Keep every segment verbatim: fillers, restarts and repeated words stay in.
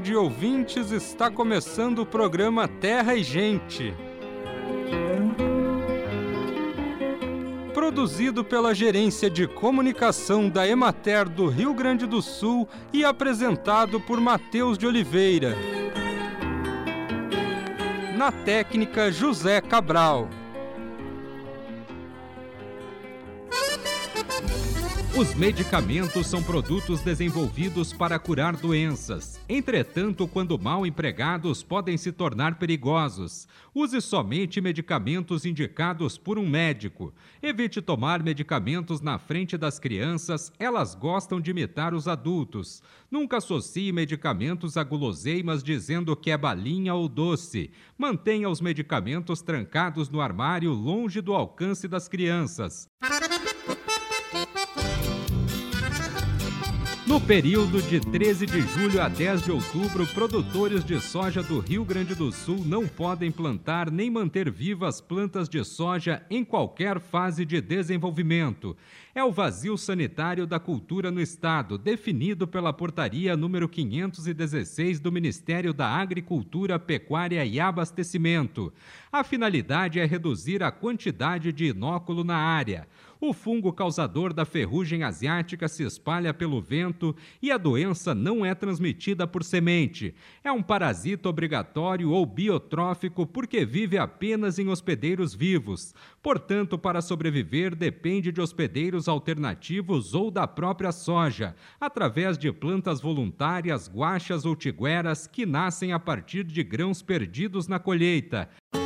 de ouvintes, está começando o programa Terra e Gente. Produzido pela Gerência de Comunicação da Emater do Rio Grande do Sul e apresentado por Matheus de Oliveira. Na técnica, José Cabral. Os medicamentos são produtos desenvolvidos para curar doenças. Entretanto, quando mal empregados, podem se tornar perigosos. Use somente medicamentos indicados por um médico. Evite tomar medicamentos na frente das crianças, elas gostam de imitar os adultos. Nunca associe medicamentos a guloseimas dizendo que é balinha ou doce. Mantenha os medicamentos trancados no armário, longe do alcance das crianças. No período de treze de julho a dez de outubro, produtores de soja do Rio Grande do Sul não podem plantar nem manter vivas plantas de soja em qualquer fase de desenvolvimento. É o vazio sanitário da cultura no estado, definido pela portaria número quinhentos e dezesseis do Ministério da Agricultura, Pecuária e Abastecimento. A finalidade é reduzir a quantidade de inóculo na área. O fungo causador da ferrugem asiática se espalha pelo vento e a doença não é transmitida por semente. É um parasita obrigatório ou biotrófico porque vive apenas em hospedeiros vivos. Portanto, para sobreviver, depende de hospedeiros alternativos ou da própria soja, através de plantas voluntárias, guachas ou tigueras que nascem a partir de grãos perdidos na colheita.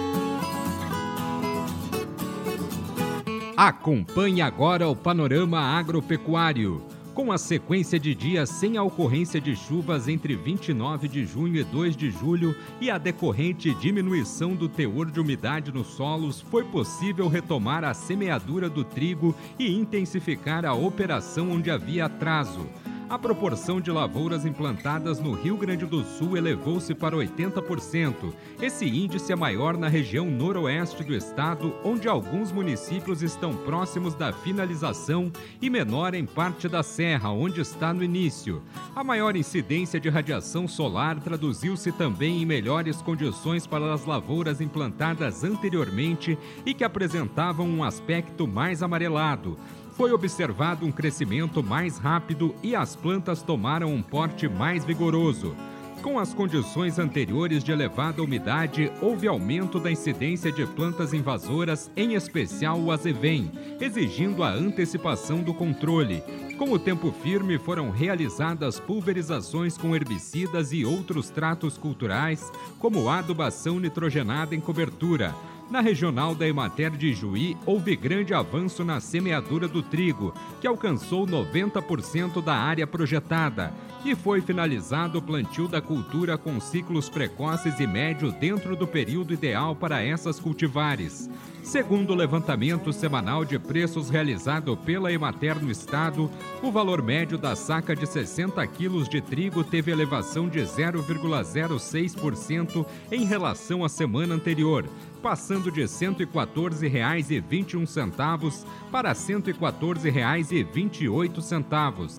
Acompanhe agora o panorama agropecuário. Com a sequência de dias sem a ocorrência de chuvas entre vinte e nove de junho e dois de julho e a decorrente diminuição do teor de umidade nos solos, foi possível retomar a semeadura do trigo e intensificar a operação onde havia atraso. A proporção de lavouras implantadas no Rio Grande do Sul elevou-se para oitenta por cento. Esse índice é maior na região noroeste do estado, onde alguns municípios estão próximos da finalização, e menor em parte da serra, onde está no início. A maior incidência de radiação solar traduziu-se também em melhores condições para as lavouras implantadas anteriormente e que apresentavam um aspecto mais amarelado. Foi observado um crescimento mais rápido e as plantas tomaram um porte mais vigoroso. Com as condições anteriores de elevada umidade, houve aumento da incidência de plantas invasoras, em especial o azevém, exigindo a antecipação do controle. Com o tempo firme, foram realizadas pulverizações com herbicidas e outros tratos culturais, como adubação nitrogenada em cobertura. Na regional da Emater de Juí, houve grande avanço na semeadura do trigo, que alcançou noventa por cento da área projetada, e foi finalizado o plantio da cultura com ciclos precoces e médio dentro do período ideal para essas cultivares. Segundo o levantamento semanal de preços realizado pela Emater no estado, o valor médio da saca de sessenta quilos de trigo teve elevação de zero vírgula zero seis por cento em relação à semana anterior, passando de cento e quatorze reais e vinte e um centavos para cento e quatorze reais e vinte e oito centavos.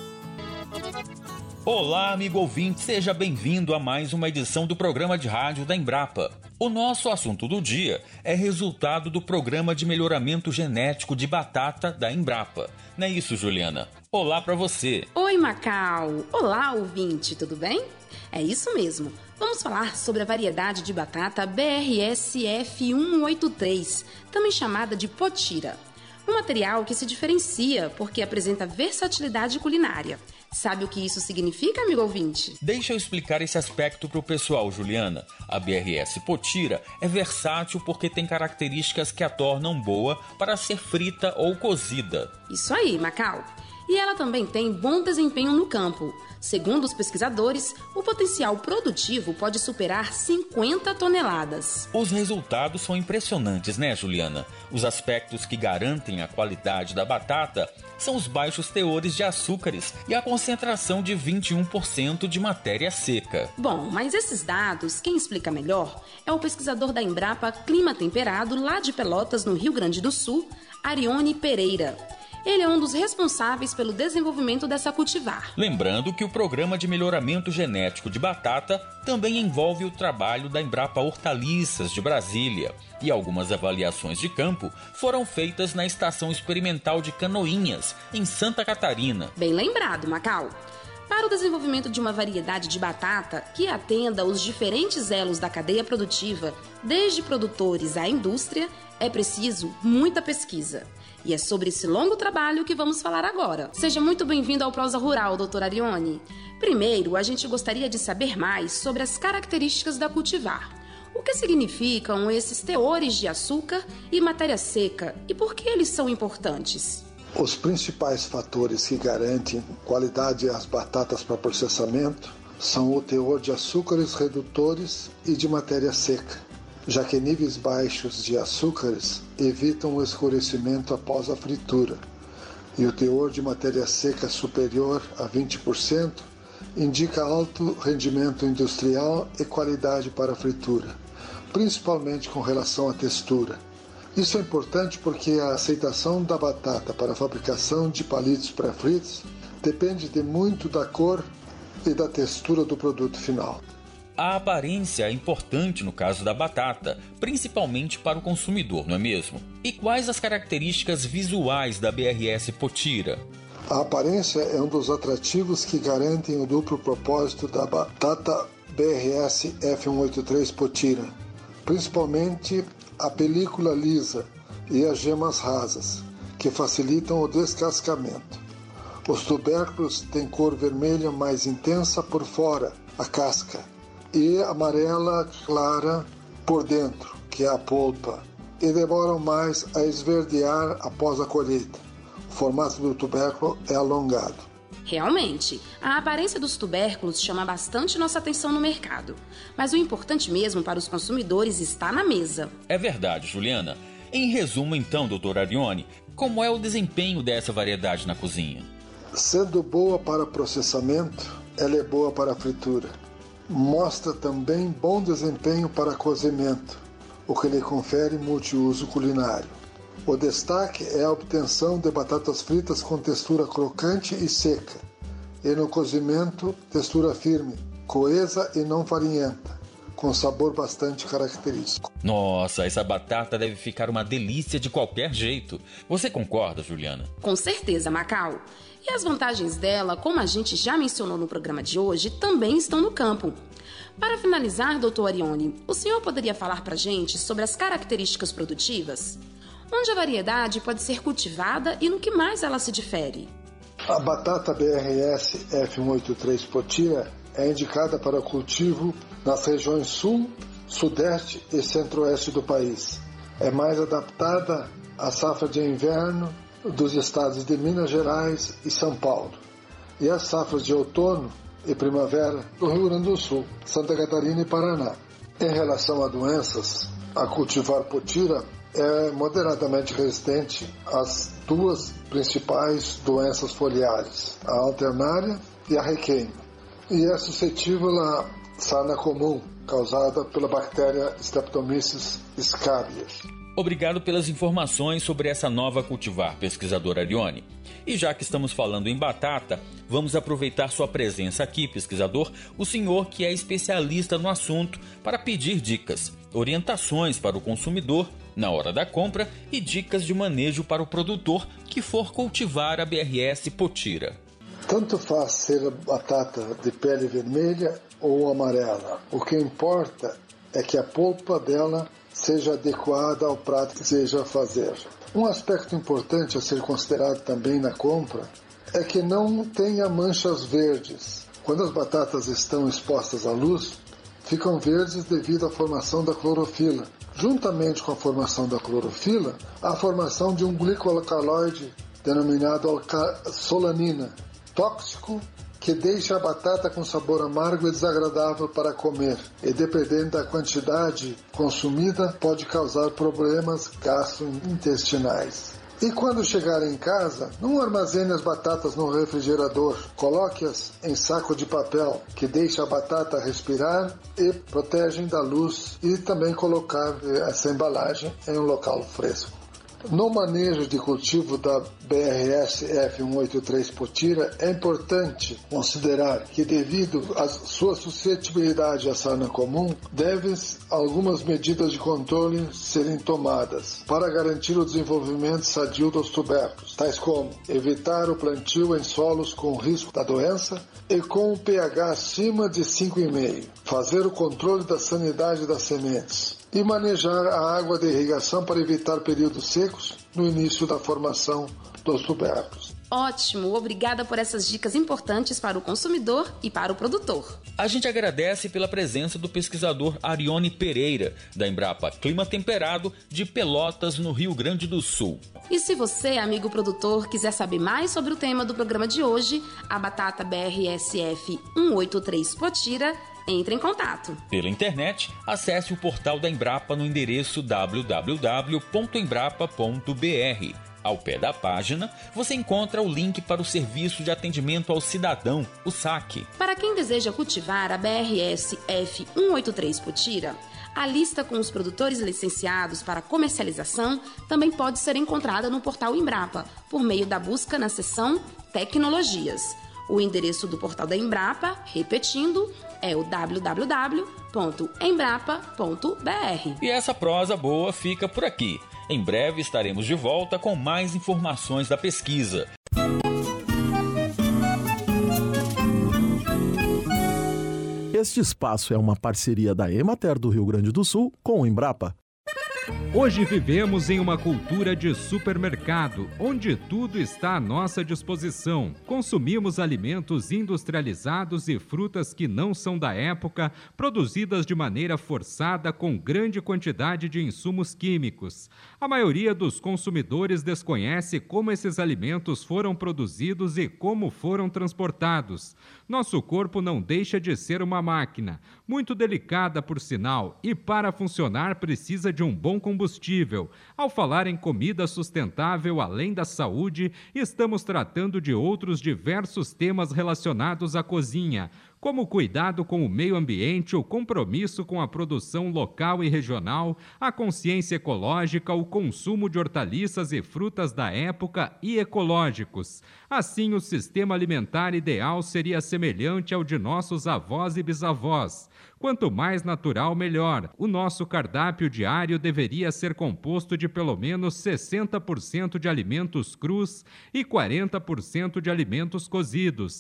Olá, amigo ouvinte, seja bem-vindo a mais uma edição do programa de rádio da Embrapa. O nosso assunto do dia é resultado do Programa de Melhoramento Genético de Batata da Embrapa. Não é isso, Juliana? Olá para você. Oi, Macau. Olá, ouvinte, tudo bem? É isso mesmo. Vamos falar sobre a variedade de batata B R S F cento e oitenta e três, também chamada de potira. Um material que se diferencia porque apresenta versatilidade culinária. Sabe o que isso significa, amigo ouvinte? Deixa eu explicar esse aspecto para o pessoal, Juliana. A B R S Potira é versátil porque tem características que a tornam boa para ser frita ou cozida. Isso aí, Macau. E ela também tem bom desempenho no campo. Segundo os pesquisadores, o potencial produtivo pode superar cinquenta toneladas. Os resultados são impressionantes, né, Juliana? Os aspectos que garantem a qualidade da batata são os baixos teores de açúcares e a concentração de vinte e um por cento de matéria seca. Bom, mas esses dados, quem explica melhor é o pesquisador da Embrapa Clima Temperado, lá de Pelotas, no Rio Grande do Sul, Arione Pereira. Ele é um dos responsáveis pelo desenvolvimento dessa cultivar. Lembrando que o Programa de Melhoramento Genético de Batata também envolve o trabalho da Embrapa Hortaliças de Brasília. E algumas avaliações de campo foram feitas na Estação Experimental de Canoinhas, em Santa Catarina. Bem lembrado, Macau. Para o desenvolvimento de uma variedade de batata que atenda os diferentes elos da cadeia produtiva, desde produtores à indústria, é preciso muita pesquisa. E é sobre esse longo trabalho que vamos falar agora. Seja muito bem-vindo ao Prosa Rural, doutora Arione. Primeiro, a gente gostaria de saber mais sobre as características da cultivar. O que significam esses teores de açúcar e matéria seca e por que eles são importantes? Os principais fatores que garantem qualidade às batatas para processamento são o teor de açúcares redutores e de matéria seca, já que níveis baixos de açúcares evitam o escurecimento após a fritura, e o teor de matéria seca superior a vinte por cento indica alto rendimento industrial e qualidade para a fritura, principalmente com relação à textura. Isso é importante porque a aceitação da batata para a fabricação de palitos pré-fritos depende de muito da cor e da textura do produto final. A aparência é importante no caso da batata, principalmente para o consumidor, não é mesmo? E quais as características visuais da B R S Potira? A aparência é um dos atrativos que garantem o duplo propósito da batata B R S F cento e oitenta e três Potira, principalmente a película lisa e as gemas rasas, que facilitam o descascamento. Os tubérculos têm cor vermelha mais intensa por fora, a casca, e amarela clara por dentro, que é a polpa, e demoram mais a esverdear após a colheita. O formato do tubérculo é alongado. Realmente, a aparência dos tubérculos chama bastante nossa atenção no mercado. Mas o importante mesmo para os consumidores está na mesa. É verdade, Juliana. Em resumo, então, doutora Arione, como é o desempenho dessa variedade na cozinha? Sendo boa para processamento, ela é boa para fritura. Mostra também bom desempenho para cozimento, o que lhe confere multiuso culinário. O destaque é a obtenção de batatas fritas com textura crocante e seca, e no cozimento, textura firme, coesa e não farinhenta, com sabor bastante característico. Nossa, essa batata deve ficar uma delícia de qualquer jeito. Você concorda, Juliana? Com certeza, Macau. E as vantagens dela, como a gente já mencionou no programa de hoje, também estão no campo. Para finalizar, doutor Arione, o senhor poderia falar para a gente sobre as características produtivas? Onde a variedade pode ser cultivada e no que mais ela se difere? A batata B R S F cento e oitenta e três Potira é indicada para cultivo nas regiões sul, sudeste e centro-oeste do país. É mais adaptada à safra de inverno dos estados de Minas Gerais e São Paulo, e as safras de outono e primavera do Rio Grande do Sul, Santa Catarina e Paraná. Em relação a doenças, a cultivar Potira é moderadamente resistente às duas principais doenças foliares, a alternária e a requeima, e é suscetível à sarna comum, causada pela bactéria Streptomyces scabies. Obrigado pelas informações sobre essa nova cultivar, pesquisadora Arione. E já que estamos falando em batata, vamos aproveitar sua presença aqui, pesquisador, o senhor que é especialista no assunto, para pedir dicas, orientações para o consumidor na hora da compra e dicas de manejo para o produtor que for cultivar a B R S Potira. Tanto faz ser a batata de pele vermelha ou amarela. O que importa é que a polpa dela seja adequada ao prato que deseja fazer. Um aspecto importante a ser considerado também na compra é que não tenha manchas verdes. Quando as batatas estão expostas à luz, ficam verdes devido à formação da clorofila. Juntamente com a formação da clorofila, a formação de um glicoalcaloide denominado solanina, tóxico, que deixa a batata com sabor amargo e desagradável para comer, e dependendo da quantidade consumida, pode causar problemas gastrointestinais. E quando chegar em casa, não armazene as batatas no refrigerador. Coloque-as em saco de papel, que deixa a batata respirar e protegem da luz. E também colocar essa embalagem em um local fresco. No manejo de cultivo da B R S F cento e oitenta e três Potira, é importante considerar que, devido à sua suscetibilidade à sarna comum, devem algumas medidas de controle serem tomadas para garantir o desenvolvimento sadio dos tubérculos, tais como evitar o plantio em solos com risco da doença e com o pH acima de cinco vírgula cinco, fazer o controle da sanidade das sementes e manejar a água de irrigação para evitar períodos secos no início da formação dos tubérculos. Ótimo, obrigada por essas dicas importantes para o consumidor e para o produtor. A gente agradece pela presença do pesquisador Arione Pereira, da Embrapa Clima Temperado de Pelotas, no Rio Grande do Sul. E se você, amigo produtor, quiser saber mais sobre o tema do programa de hoje, a batata B R S F cento e oitenta e três Potira, entre em contato. Pela internet, acesse o portal da Embrapa no endereço w w w ponto embrapa ponto b r. Ao pé da página, você encontra o link para o Serviço de Atendimento ao Cidadão, o S A C. Para quem deseja cultivar a B R S F cento e oitenta e três Potira, a lista com os produtores licenciados para comercialização também pode ser encontrada no portal Embrapa, por meio da busca na seção Tecnologias. O endereço do portal da Embrapa, repetindo, é o w w w ponto embrapa ponto b r. E essa prosa boa fica por aqui. Em breve estaremos de volta com mais informações da pesquisa. Este espaço é uma parceria da Emater do Rio Grande do Sul com o Embrapa. Hoje vivemos em uma cultura de supermercado, onde tudo está à nossa disposição. Consumimos alimentos industrializados e frutas que não são da época, produzidas de maneira forçada com grande quantidade de insumos químicos. A maioria dos consumidores desconhece como esses alimentos foram produzidos e como foram transportados. Nosso corpo não deixa de ser uma máquina, muito delicada por sinal, e para funcionar precisa de um bom combustível. Ao falar em comida sustentável além da saúde, estamos tratando de outros diversos temas relacionados à cozinha, como o cuidado com o meio ambiente, o compromisso com a produção local e regional, a consciência ecológica, o consumo de hortaliças e frutas da época e ecológicos. Assim, o sistema alimentar ideal seria semelhante ao de nossos avós e bisavós. Quanto mais natural, melhor. O nosso cardápio diário deveria ser composto de pelo menos sessenta por cento de alimentos crus e quarenta por cento de alimentos cozidos.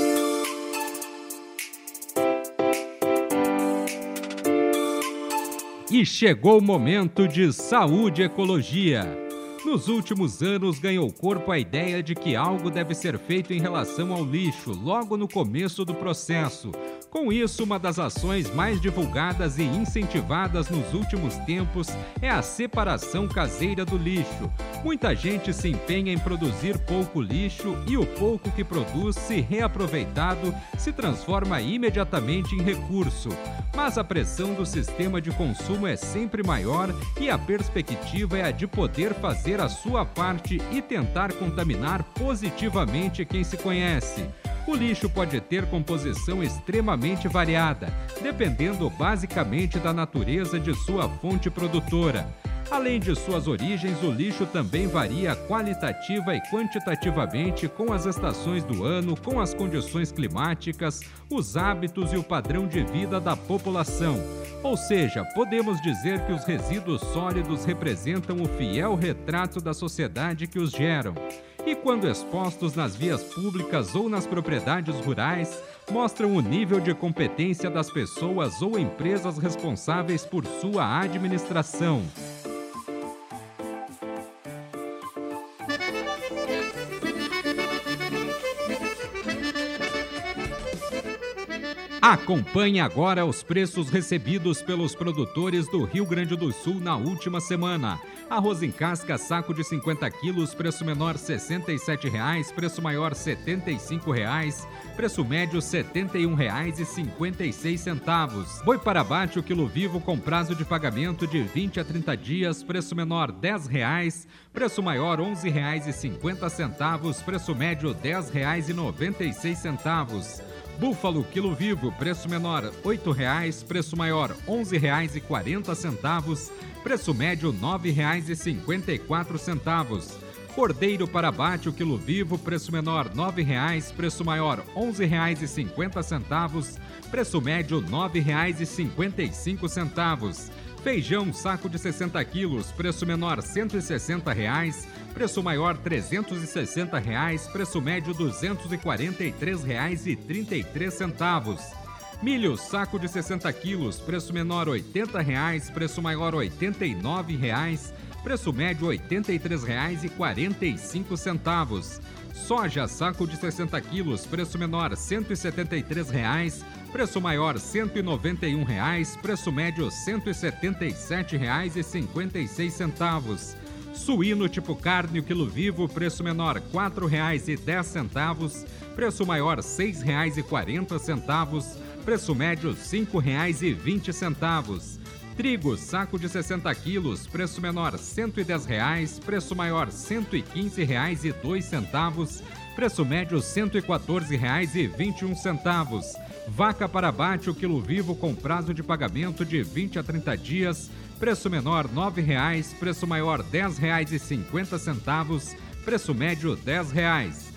E chegou o momento de saúde e ecologia. Nos últimos anos, ganhou corpo a ideia de que algo deve ser feito em relação ao lixo, logo no começo do processo. Com isso, uma das ações mais divulgadas e incentivadas nos últimos tempos é a separação caseira do lixo. Muita gente se empenha em produzir pouco lixo e o pouco que produz, se reaproveitado, se transforma imediatamente em recurso. Mas a pressão do sistema de consumo é sempre maior e a perspectiva é a de poder fazer a sua parte e tentar contaminar positivamente quem se conhece. O lixo pode ter composição extremamente variada, dependendo basicamente da natureza de sua fonte produtora. Além de suas origens, o lixo também varia qualitativa e quantitativamente com as estações do ano, com as condições climáticas, os hábitos e o padrão de vida da população. Ou seja, podemos dizer que os resíduos sólidos representam o fiel retrato da sociedade que os geram. E quando expostos nas vias públicas ou nas propriedades rurais, mostram o nível de competência das pessoas ou empresas responsáveis por sua administração. Acompanhe agora os preços recebidos pelos produtores do Rio Grande do Sul na última semana. Arroz em casca, saco de cinquenta quilos, preço menor sessenta e sete reais, preço maior setenta e cinco reais, preço médio setenta e um reais e cinquenta e seis centavos. Boi para abate, o quilo vivo com prazo de pagamento de vinte a trinta dias, preço menor dez reais, preço maior onze reais e cinquenta centavos, preço médio dez reais e noventa e seis centavos. Búfalo quilo vivo, preço menor oito reais, preço maior onze reais e quarenta centavos, preço médio nove reais e cinquenta e quatro centavos. Cordeiro para abate o quilo vivo, preço menor nove reais, preço maior onze reais e cinquenta centavos, preço médio nove reais e cinquenta e cinco centavos. Feijão saco de sessenta quilos, preço menor cento e sessenta reais, preço maior trezentos e sessenta reais, preço médio duzentos e quarenta e três reais e trinta e três centavos. Milho saco de sessenta quilos, preço menor oitenta reais, preço maior oitenta e nove reais, preço médio oitenta e três reais e quarenta e cinco centavos. Soja saco de sessenta quilos, preço menor cento e setenta e três reais, preço maior cento e noventa e um reais, preço médio cento e setenta e sete reais e cinquenta e seis centavos. Suíno tipo carne, o quilo vivo, preço menor quatro reais e dez centavos, preço maior seis reais e quarenta centavos, preço médio cinco reais e vinte centavos. Trigo saco de sessenta quilos, preço menor cento e dez reais, preço maior cento e quinze reais e dois centavos, preço médio cento e quatorze reais e vinte e um centavos. Vaca para abate, o quilo vivo com prazo de pagamento de vinte a trinta dias, preço menor nove reais, preço maior dez reais e cinquenta centavos, preço médio dez reais.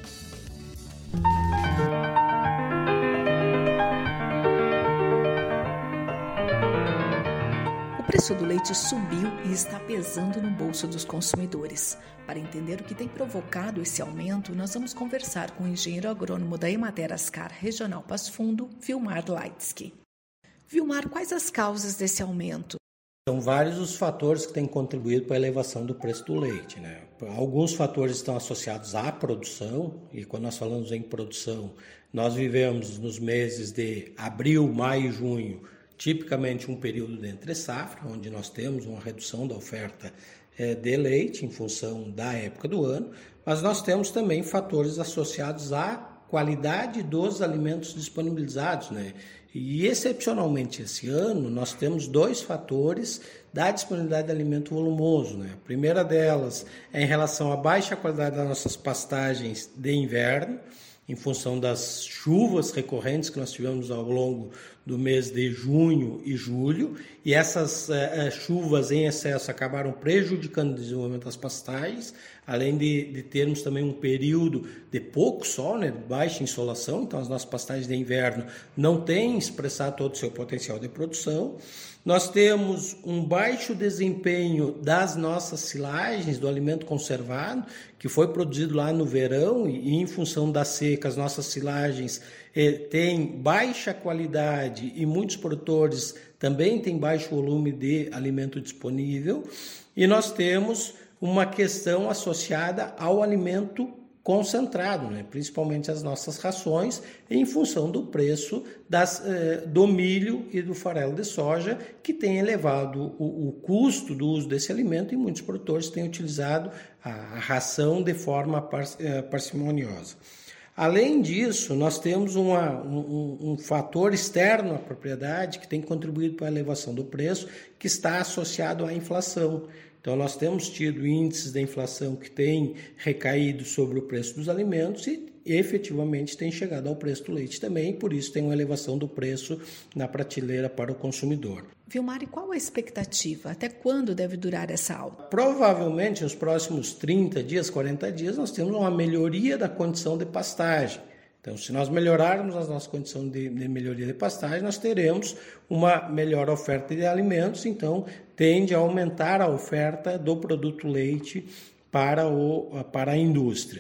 O preço do leite subiu e está pesando no bolso dos consumidores. Para entender o que tem provocado esse aumento, nós vamos conversar com o engenheiro agrônomo da Emater Ascar Regional Passo Fundo, Vilmar Leitsky. Vilmar, quais as causas desse aumento? São vários os fatores que têm contribuído para a elevação do preço do leite, né? Alguns fatores estão associados à produção, e quando nós falamos em produção, nós vivemos nos meses de abril, maio e junho, tipicamente um período de entre-safra, onde nós temos uma redução da oferta eh, de leite em função da época do ano, mas nós temos também fatores associados à qualidade dos alimentos disponibilizados, né? E excepcionalmente esse ano nós temos dois fatores da disponibilidade de alimento volumoso, né? A primeira delas é em relação à baixa qualidade das nossas pastagens de inverno, em função das chuvas recorrentes que nós tivemos ao longo do mês de junho e julho, e essas eh, chuvas em excesso acabaram prejudicando o desenvolvimento das pastagens, além de, de termos também um período de pouco sol, né, de baixa insolação, então as nossas pastagens de inverno não têm expressado todo o seu potencial de produção. Nós temos um baixo desempenho das nossas silagens, do alimento conservado, que foi produzido lá no verão e, e em função da seca, as nossas silagens eh, têm baixa qualidade e muitos produtores também têm baixo volume de alimento disponível. E nós temos uma questão associada ao alimento concentrado, né? Principalmente as nossas rações, em função do preço das, eh, do milho e do farelo de soja, que tem elevado o, o custo do uso desse alimento, e muitos produtores têm utilizado a, a ração de forma par, eh, parcimoniosa. Além disso, nós temos uma, um, um fator externo à propriedade que tem contribuído para a elevação do preço, que está associado à inflação. Então, nós temos tido índices de inflação que têm recaído sobre o preço dos alimentos e, efetivamente, tem chegado ao preço do leite também, e por isso tem uma elevação do preço na prateleira para o consumidor. Vilmar, e qual a expectativa? Até quando deve durar essa alta? Provavelmente, nos próximos trinta dias, quarenta dias, nós temos uma melhoria da condição de pastagem. Então, se nós melhorarmos a nossa condição de, de melhoria de pastagem, nós teremos uma melhor oferta de alimentos, então tende a aumentar a oferta do produto leite para, o, para a indústria.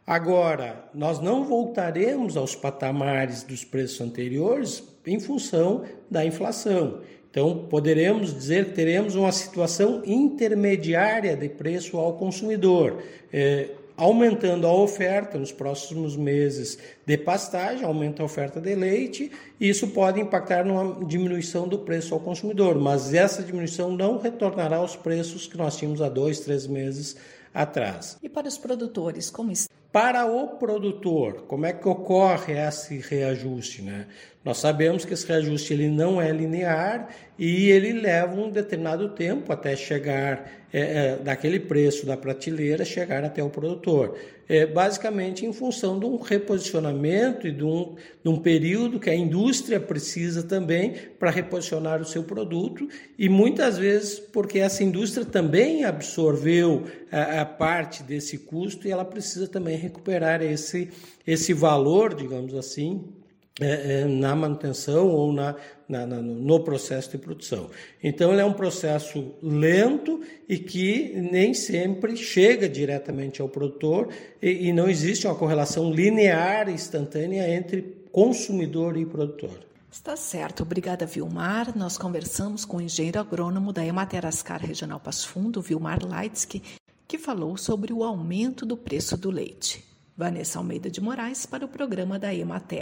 Agora, nós não voltaremos aos patamares dos preços anteriores em função da inflação. Então, poderemos dizer que teremos uma situação intermediária de preço ao consumidor, é, aumentando a oferta nos próximos meses de pastagem, aumenta a oferta de leite, e isso pode impactar numa diminuição do preço ao consumidor, mas essa diminuição não retornará aos preços que nós tínhamos há dois, três meses atrás. E para os produtores, como está? Para o produtor, como é que ocorre esse reajuste, né? Nós sabemos que esse reajuste ele não é linear e ele leva um determinado tempo até chegar é, é, daquele preço da prateleira, chegar até o produtor. É, basicamente em função de um reposicionamento e de um, de um período que a indústria precisa também para reposicionar o seu produto e muitas vezes porque essa indústria também absorveu a, a parte desse custo e ela precisa também recuperar esse, esse valor, digamos assim, É, é, na manutenção ou na, na, na, no processo de produção. Então, ele é um processo lento e que nem sempre chega diretamente ao produtor e, e não existe uma correlação linear e instantânea entre consumidor e produtor. Está certo. Obrigada, Vilmar. Nós conversamos com o engenheiro agrônomo da Emater Ascar Regional Passo Fundo, Vilmar Leitzke, que falou sobre o aumento do preço do leite. Vanessa Almeida de Moraes para o programa da Emater.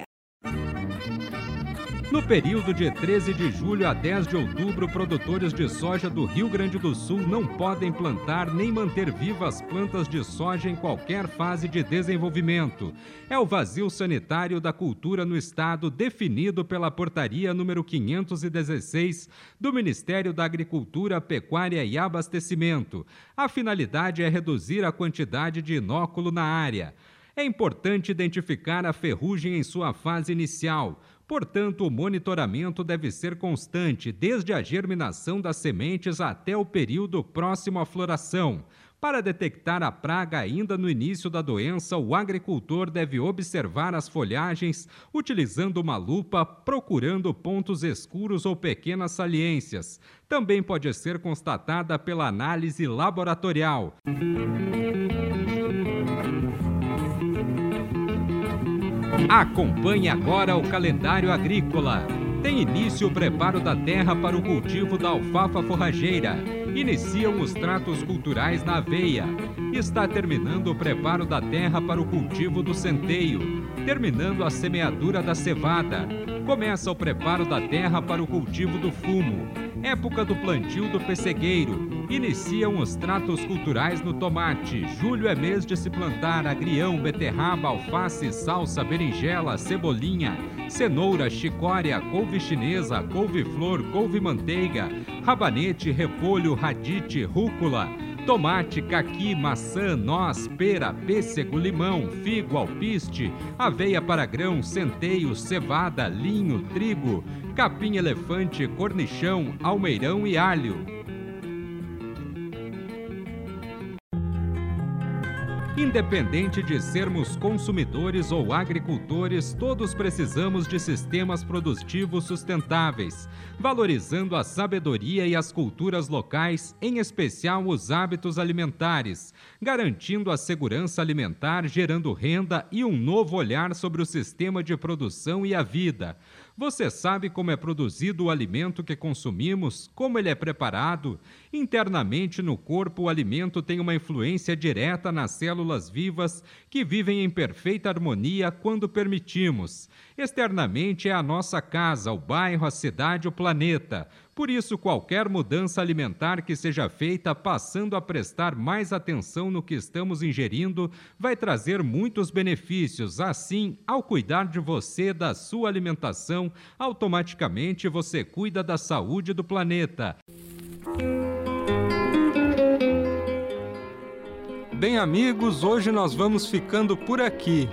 No período de treze de julho a dez de outubro, produtores de soja do Rio Grande do Sul não podem plantar nem manter vivas plantas de soja em qualquer fase de desenvolvimento. É o vazio sanitário da cultura no estado definido pela portaria número quinhentos e dezesseis do Ministério da Agricultura, Pecuária e Abastecimento. A finalidade é reduzir a quantidade de inóculo na área. É importante identificar a ferrugem em sua fase inicial. Portanto, o monitoramento deve ser constante, desde a germinação das sementes até o período próximo à floração. Para detectar a praga ainda no início da doença, o agricultor deve observar as folhagens utilizando uma lupa, procurando pontos escuros ou pequenas saliências. Também pode ser constatada pela análise laboratorial. Acompanhe agora o calendário agrícola. Tem início o preparo da terra para o cultivo da alfafa forrageira. Iniciam os tratos culturais na aveia. Está terminando o preparo da terra para o cultivo do centeio. Terminando a semeadura da cevada. Começa o preparo da terra para o cultivo do fumo. Época do plantio do pessegueiro. Iniciam os tratos culturais no tomate. Julho é mês de se plantar agrião, beterraba, alface, salsa, berinjela, cebolinha, cenoura, chicória, couve chinesa, couve-flor, couve-manteiga, rabanete, repolho, radite, rúcula, tomate, caqui, maçã, noz, pera, pêssego, limão, figo, alpiste, aveia para grão, centeio, cevada, linho, trigo, capim-elefante, cornichão, almeirão e alho. Independente de sermos consumidores ou agricultores, todos precisamos de sistemas produtivos sustentáveis, valorizando a sabedoria e as culturas locais, em especial os hábitos alimentares, garantindo a segurança alimentar, gerando renda e um novo olhar sobre o sistema de produção e a vida. Você sabe como é produzido o alimento que consumimos? Como ele é preparado? Internamente no corpo, o alimento tem uma influência direta nas células vivas que vivem em perfeita harmonia quando permitimos. Externamente é a nossa casa, o bairro, a cidade, o planeta. Por isso, qualquer mudança alimentar que seja feita passando a prestar mais atenção no que estamos ingerindo vai trazer muitos benefícios. Assim, ao cuidar de você, da sua alimentação, automaticamente você cuida da saúde do planeta. Bem, amigos, hoje nós vamos ficando por aqui.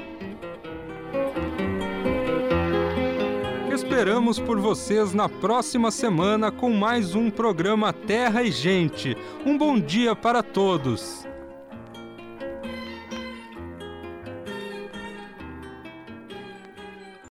Esperamos por vocês na próxima semana com mais um programa Terra e Gente. Um bom dia para todos!